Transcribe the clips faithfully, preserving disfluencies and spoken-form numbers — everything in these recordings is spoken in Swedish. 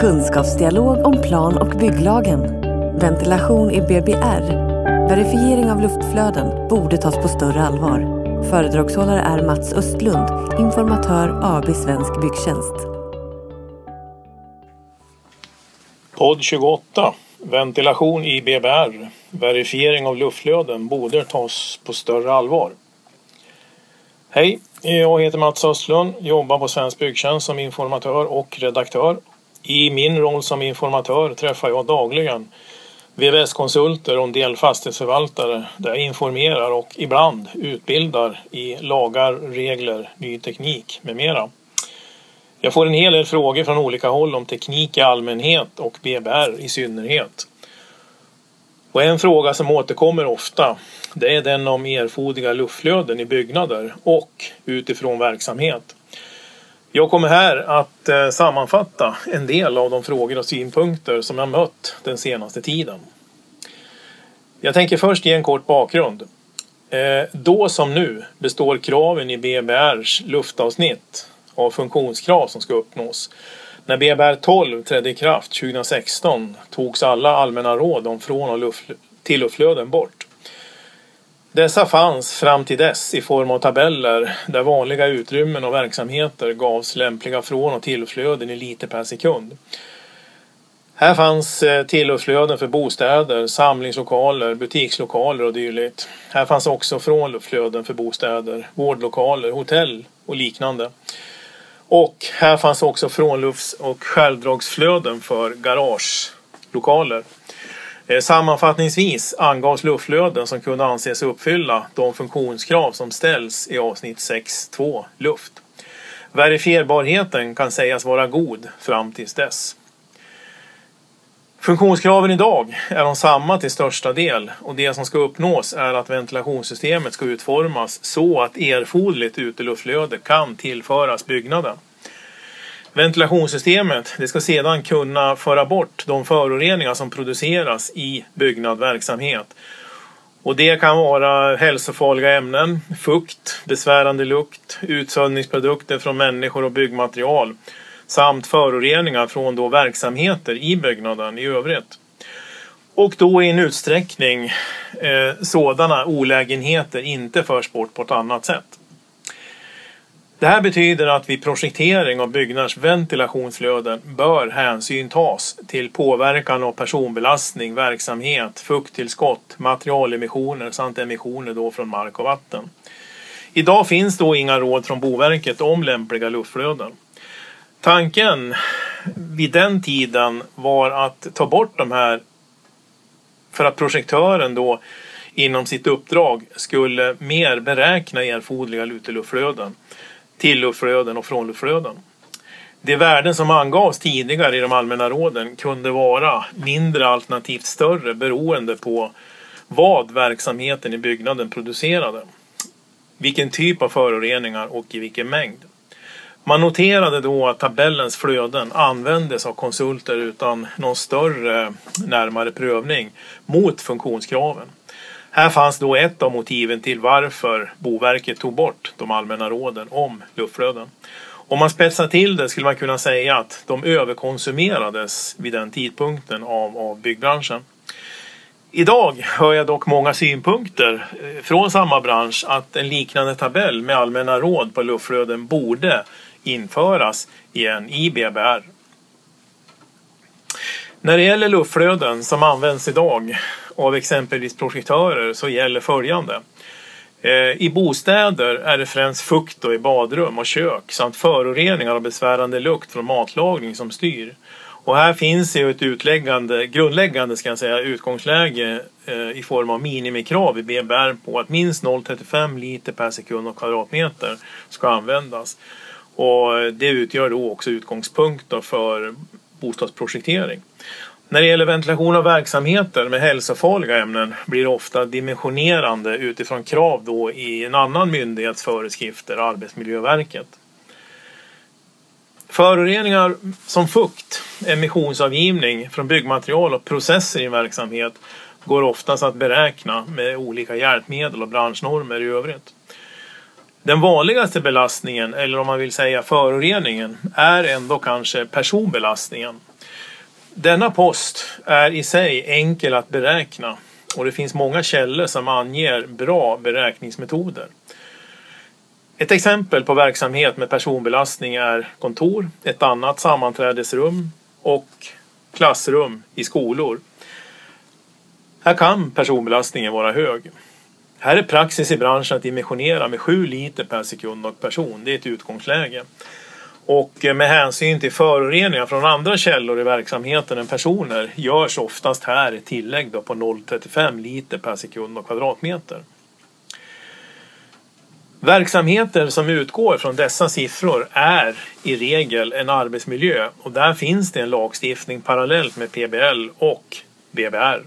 Kunskapsdialog om plan- och bygglagen. Ventilation i B B R. Verifiering av luftflöden borde tas på större allvar. Föredragshållare är Mats Östlund, informatör A B Svensk Byggtjänst. Podd tjugoåtta. Ventilation i B B R. Verifiering av luftflöden borde tas på större allvar. Hej, jag heter Mats Östlund, jobbar på Svensk Byggtjänst som informatör och redaktör. I min roll som informatör träffar jag dagligen V V S-konsulter och en del fastighetsförvaltare där jag informerar och ibland utbildar i lagar, regler, ny teknik med mera. Jag får en hel del frågor från olika håll om teknik i allmänhet och B B R i synnerhet. Och en fråga som återkommer ofta, det är den om erforderliga luftflöden i byggnader och utifrån verksamhet. Jag kommer här att eh, sammanfatta en del av de frågor och synpunkter som jag mött den senaste tiden. Jag tänker först ge en kort bakgrund. Eh, då som nu består kraven i B B R:s luftavsnitt av funktionskrav som ska uppnås. När B B R tolv trädde i kraft tjugohundrasexton togs alla allmänna råd om från- och luft, till luftflöden bort. Dessa fanns fram till dess i form av tabeller där vanliga utrymmen och verksamheter gavs lämpliga från- och tillflöden i liter per sekund. Här fanns tillflöden för bostäder, samlingslokaler, butikslokaler och dylikt. Här fanns också frånluftflöden för bostäder, vårdlokaler, hotell och liknande. Och här fanns också frånlufts- och självdragsflöden för garagelokaler. Sammanfattningsvis angavs luftflöden som kunde anses uppfylla de funktionskrav som ställs i avsnitt sex punkt två luft. Verifierbarheten kan sägas vara god fram tills dess. Funktionskraven idag är de samma till största del och det som ska uppnås är att ventilationssystemet ska utformas så att erforderligt uteluftflöde kan tillföras byggnaden. Ventilationssystemet det ska sedan kunna föra bort de föroreningar som produceras i byggnadverksamhet. Och det kan vara hälsofarliga ämnen, fukt, besvärande lukt, utsöndringsprodukter från människor och byggmaterial samt föroreningar från då verksamheter i byggnaden i övrigt. Och då i en utsträckning eh, sådana olägenheter inte förs bort på ett annat sätt. Det här betyder att vid projektering av byggnaders ventilationsflöden bör hänsyn tas till påverkan av personbelastning, verksamhet, fukttillskott, materialemissioner samt emissioner då från mark och vatten. Idag finns då inga råd från Boverket om lämpliga luftflöden. Tanken vid den tiden var att ta bort de här för att projektören då inom sitt uppdrag skulle mer beräkna erforderliga uteluftflöden, tilluftflöden och frånluftflöden. De värden som angavs tidigare i de allmänna råden kunde vara mindre alternativt större beroende på vad verksamheten i byggnaden producerade, vilken typ av föroreningar och i vilken mängd. Man noterade då att tabellens flöden användes av konsulter utan någon större närmare prövning mot funktionskraven. Här fanns då ett av motiven till varför Boverket tog bort de allmänna råden om luftflöden. Om man spetsar till det skulle man kunna säga att de överkonsumerades vid den tidpunkten av, av byggbranschen. Idag hör jag dock många synpunkter från samma bransch att en liknande tabell med allmänna råd på luftflöden borde införas igen i B B R. När det gäller luftflöden som används idag av exempelvis projektörer så gäller följande. I bostäder är det främst fukt och i badrum och kök samt föroreningar och besvärande lukt från matlagning som styr. Och här finns ju ett utläggande, grundläggande ska jag säga, utgångsläge eh, i form av minimikrav i B B R på att minst noll komma trettiofem liter per sekund och kvadratmeter ska användas. Och det utgör då också utgångspunkter för bostadsprojektering. När det gäller ventilation av verksamheter med hälsofarliga ämnen blir det ofta dimensionerande utifrån krav då i en annan myndighets föreskrifter, Arbetsmiljöverket. Föroreningar som fukt, emissionsavgivning från byggmaterial och processer i en verksamhet går oftast att beräkna med olika hjälpmedel och branschnormer i övrigt. Den vanligaste belastningen, eller om man vill säga föroreningen, är ändå kanske personbelastningen. Denna post är i sig enkel att beräkna och det finns många källor som anger bra beräkningsmetoder. Ett exempel på verksamhet med personbelastning är kontor, ett annat sammanträdesrum och klassrum i skolor. Här kan personbelastningen vara hög. Här är praxis i branschen att dimensionera med sju liter per sekund och person. Det är ett utgångsläge. Och med hänsyn till föroreningar från andra källor i verksamheten än personer görs oftast här ett tillägg då på noll komma trettiofem liter per sekund och kvadratmeter. Verksamheter som utgår från dessa siffror är i regel en arbetsmiljö och där finns det en lagstiftning parallellt med P B L och B B R.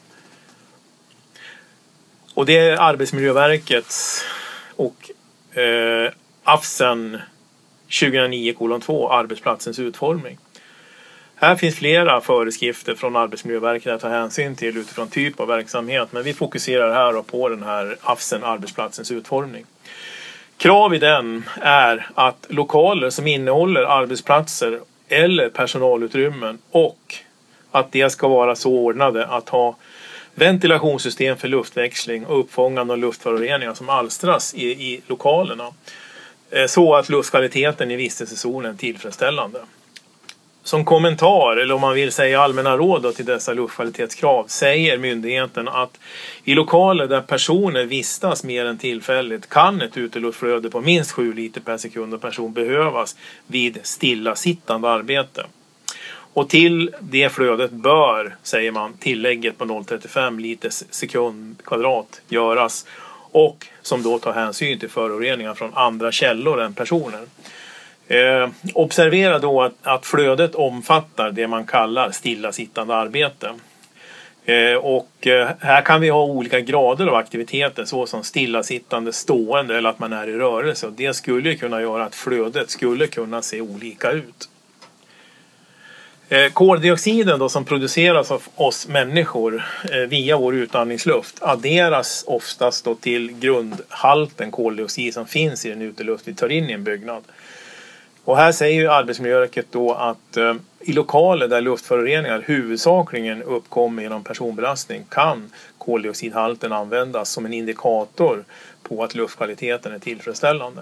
Och det är Arbetsmiljöverkets och eh, A F S E N tjugohundranio kolon två arbetsplatsens utformning. Här finns flera föreskrifter från Arbetsmiljöverket att ta hänsyn till utifrån typ av verksamhet, men vi fokuserar här på den här A F S E N arbetsplatsens utformning. Krav i den är att lokaler som innehåller arbetsplatser eller personalutrymmen och att det ska vara så ordnade att ha ventilationssystem för luftväxling och uppfångande av luftföroreningar som alstras i, i lokalerna så att luftkvaliteten i vistelsezonen är tillfredsställande. Som kommentar, eller om man vill säga allmänna råd till dessa luftkvalitetskrav, säger myndigheten att i lokaler där personer vistas mer än tillfälligt kan ett uteluftflöde på minst sju liter per sekund och person behövas vid stillasittande arbete. Och till det flödet bör, säger man, tillägget på noll komma trettiofem liter sekund kvadrat göras och som då tar hänsyn till föroreningar från andra källor än personer. Eh, observera då att, att flödet omfattar det man kallar stillasittande arbete. Eh, och eh, här kan vi ha olika grader av aktiviteter såsom stillasittande, stående eller att man är i rörelse. Och det skulle kunna göra att flödet skulle kunna se olika ut. Eh, koldioxiden då som produceras av oss människor eh, via vår utandningsluft adderas oftast då till grundhalten koldioxid som finns i den uteluft vi tar in i en byggnad. Och här säger ju Arbetsmiljöverket då att eh, i lokaler där luftföroreningar huvudsakligen uppkommer genom personbelastning kan koldioxidhalten användas som en indikator på att luftkvaliteten är tillfredsställande.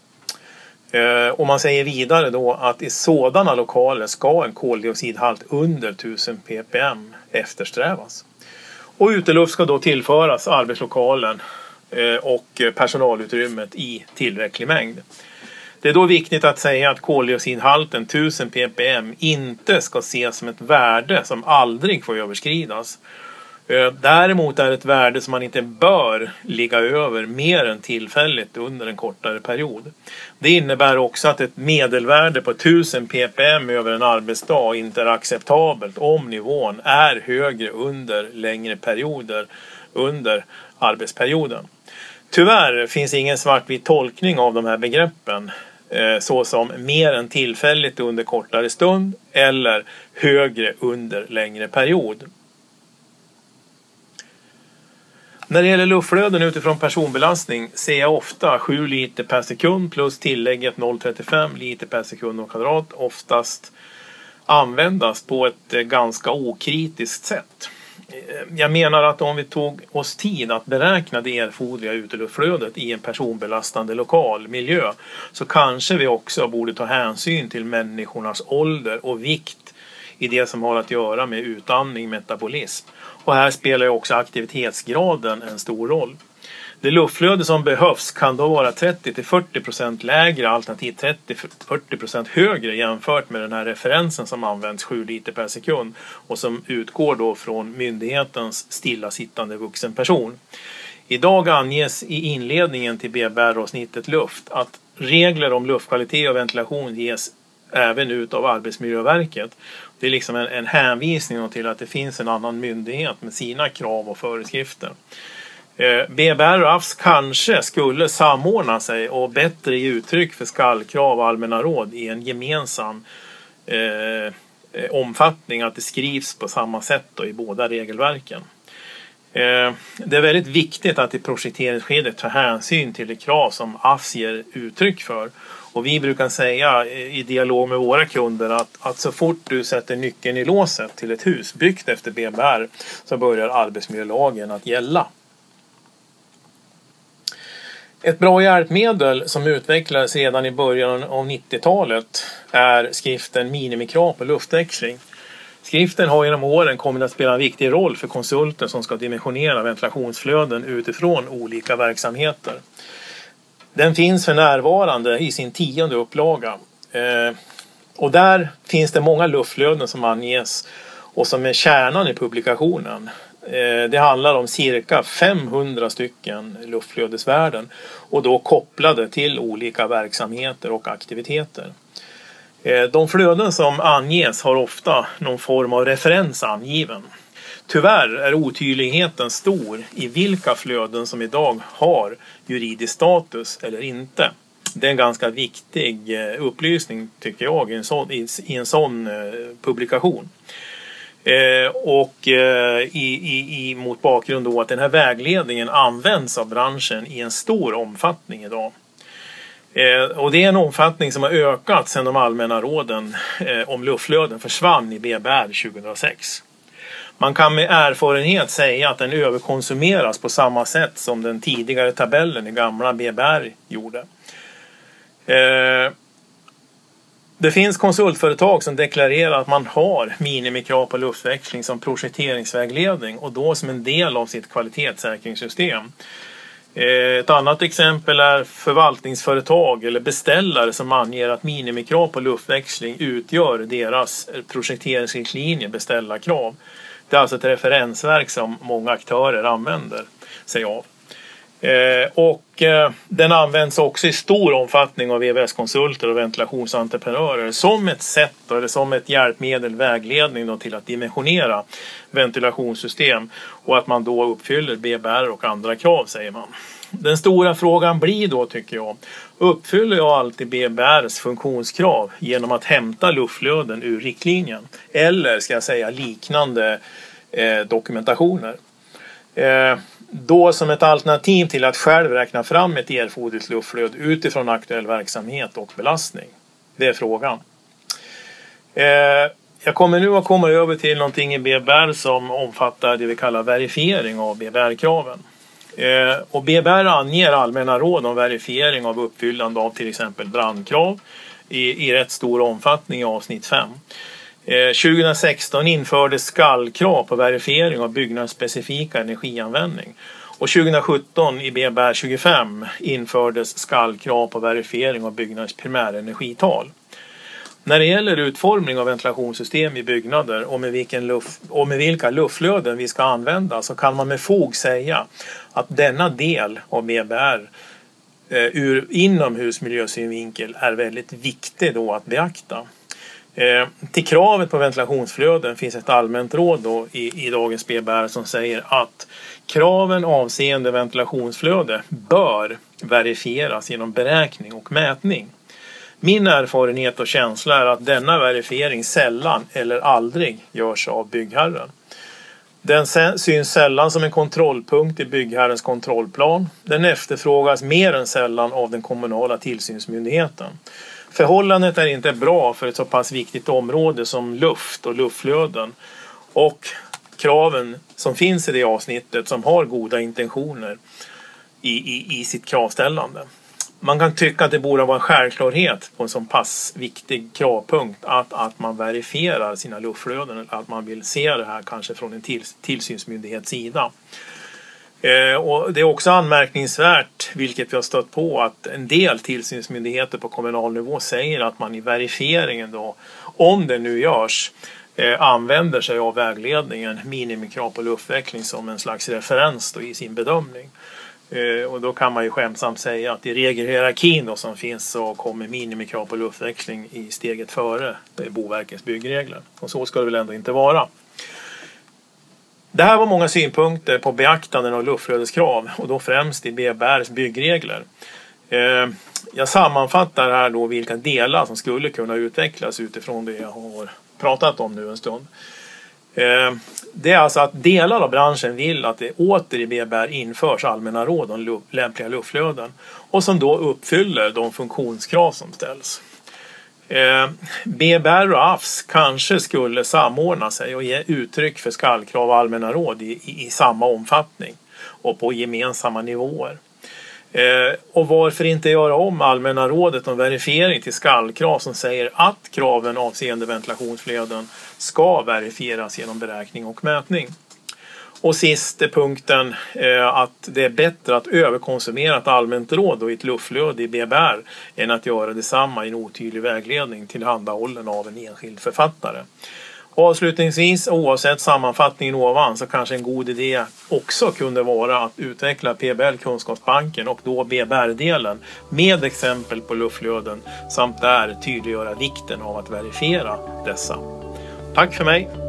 Eh, och man säger vidare då att i sådana lokaler ska en koldioxidhalt under tusen ppm eftersträvas. Och uteluft ska då tillföras arbetslokalen eh, och personalutrymmet i tillräcklig mängd. Det är då viktigt att säga att koldioxidhalten tusen ppm inte ska ses som ett värde som aldrig får överskridas. Däremot är ett värde som man inte bör ligga över mer än tillfälligt under en kortare period. Det innebär också att ett medelvärde på tusen ppm över en arbetsdag inte är acceptabelt om nivån är högre under längre perioder under arbetsperioden. Tyvärr finns ingen svartvit tolkning av de här begreppen såsom mer än tillfälligt under kortare stund eller högre under längre period. När det gäller luftflöden utifrån personbelastning ser jag ofta sju liter per sekund plus tillägget noll komma trettiofem liter per sekund och kvadrat oftast användas på ett ganska okritiskt sätt. Jag menar att om vi tog oss tid att beräkna det erforderliga uteluftflödet i en personbelastande lokal miljö så kanske vi också borde ta hänsyn till människornas ålder och vikt i det som har att göra med utandning, metabolism. Och här spelar ju också aktivitetsgraden en stor roll. Det luftflöde som behövs kan då vara trettio till fyrtio procent lägre alternativt trettio till fyrtio procent högre jämfört med den här referensen som används sju liter per sekund och som utgår då från myndighetens stillasittande vuxen person. Idag anges i inledningen till B B R-avsnittet luft att regler om luftkvalitet och ventilation ges även ut av Arbetsmiljöverket. Det är liksom en, en hänvisning till att det finns en annan myndighet med sina krav och föreskrifter. B B R och A F S kanske skulle samordna sig och bättre ge uttryck för skallkrav och allmänna råd i en gemensam eh, omfattning att det skrivs på samma sätt då i båda regelverken. Det är väldigt viktigt att i projekteringsskedet ta hänsyn till de krav som A F S ger uttryck för. Och vi brukar säga i dialog med våra kunder att, att så fort du sätter nyckeln i låset till ett hus byggt efter B B R så börjar arbetsmiljölagen att gälla. Ett bra hjälpmedel som utvecklades redan i början av nittiotalet är skriften Minimikrav på luftväxling. Skriften har genom åren kommit att spela en viktig roll för konsulter som ska dimensionera ventilationsflöden utifrån olika verksamheter. Den finns för närvarande i sin tionde upplaga. Eh, och där finns det många luftflöden som anges och som är kärnan i publikationen. Eh, det handlar om cirka femhundra stycken luftflödesvärden och då kopplade till olika verksamheter och aktiviteter. De flöden som anges har ofta någon form av referens angiven. Tyvärr är otydligheten stor i vilka flöden som idag har juridisk status eller inte. Det är en ganska viktig upplysning tycker jag i en sån, i en sån publikation. Och i, i, i, mot bakgrund då att den här vägledningen används av branschen i en stor omfattning idag. Eh, och det är en omfattning som har ökat sedan de allmänna råden eh, om luftflöden försvann i B B R tjugohundrasex. Man kan med erfarenhet säga att den överkonsumeras på samma sätt som den tidigare tabellen i gamla B B R gjorde. Eh, det finns konsultföretag som deklarerar att man har minimikrav på luftväxling som projekteringsvägledning och då som en del av sitt kvalitetssäkringssystem. Ett annat exempel är förvaltningsföretag eller beställare som anger att minimikrav på luftväxling utgör deras projekteringslinje beställarkrav. Det är alltså ett referensverk som många aktörer använder sig av. Och den används också i stor omfattning av V V S-konsulter och ventilationsentreprenörer som ett sätt eller som ett hjälpmedel, vägledning då till att dimensionera ventilationssystem och att man då uppfyller B B R och andra krav säger man. Den stora frågan blir då tycker jag, uppfyller jag alltid B B R:s funktionskrav genom att hämta luftflöden ur riktlinjen eller ska jag säga liknande eh, dokumentationer? Eh, Då som ett alternativ till att själv räkna fram ett erforderligt luftflöde utifrån aktuell verksamhet och belastning. Det är frågan. Eh, jag kommer nu att komma över till någonting i B B R som omfattar det vi kallar verifiering av B B R-kraven. Eh, och B B R anger allmänna råd om verifiering av uppfyllande av till exempel brandkrav i, i rätt stor omfattning i avsnitt fem. tjugohundrasexton infördes skallkrav på verifiering av byggnadsspecifika energianvändning. Och tjugohundrasjutton i B B R tjugofem infördes skallkrav på verifiering av byggnads primärenergital. När det gäller utformning av ventilationssystem i byggnader och med, vilken luft, och med vilka luftflöden vi ska använda så kan man med fog säga att denna del av B B R eh, ur inomhusmiljösynvinkel är väldigt viktig då att beakta. Eh, till kravet på ventilationsflöden finns ett allmänt råd då i, i dagens B B R som säger att kraven avseende ventilationsflöde bör verifieras genom beräkning och mätning. Min erfarenhet och känsla är att denna verifiering sällan eller aldrig görs av byggherren. Den syns sällan som en kontrollpunkt i byggherrens kontrollplan. Den efterfrågas mer än sällan av den kommunala tillsynsmyndigheten. Förhållandet är inte bra för ett så pass viktigt område som luft och luftflöden och kraven som finns i det avsnittet som har goda intentioner i, i, i sitt kravställande. Man kan tycka att det borde vara en självklarhet på en så pass viktig kravpunkt att, att man verifierar sina luftflöden, att man vill se det här kanske från en till, tillsynsmyndighets sida. Eh, och det är också anmärkningsvärt, vilket vi har stött på, att en del tillsynsmyndigheter på kommunal nivå säger att man i verifieringen då, om det nu görs, eh, använder sig av vägledningen minimikrav på luftväxling som en slags referens då i sin bedömning. Eh, och då kan man ju skämtsamt säga att i regelhierarkin då som finns så kommer minimikrav på luftväxling i steget före Boverkets byggregler. Och så ska det väl ändå inte vara. Det här var många synpunkter på beaktanden av luftflödeskrav och då främst i B B R:s byggregler. Eh, jag sammanfattar här då vilka delar som skulle kunna utvecklas utifrån det jag har pratat om nu en stund. Det är alltså att delar av branschen vill att det åter i B B R införs allmänna råd om lämpliga luftflöden och som då uppfyller de funktionskrav som ställs. B B R och A F S kanske skulle samordna sig och ge uttryck för skallkrav och allmänna råd i, i, i samma omfattning och på gemensamma nivåer. Eh, och varför inte göra om allmänna rådet om verifiering till skallkrav som säger att kraven avseende ventilationsflöden ska verifieras genom beräkning och mätning. Och sist är punkten eh, att det är bättre att överkonsumera ett allmänt råd och ett luftflöde i B B R än att göra detsamma i en otydlig vägledning tillhandahållen av en enskild författare. Avslutningsvis, oavsett sammanfattningen ovan, så kanske en god idé också kunde vara att utveckla P B L-kunskapsbanken och då B B R-delen med exempel på luftflöden samt där tydliggöra vikten av att verifiera dessa. Tack för mig!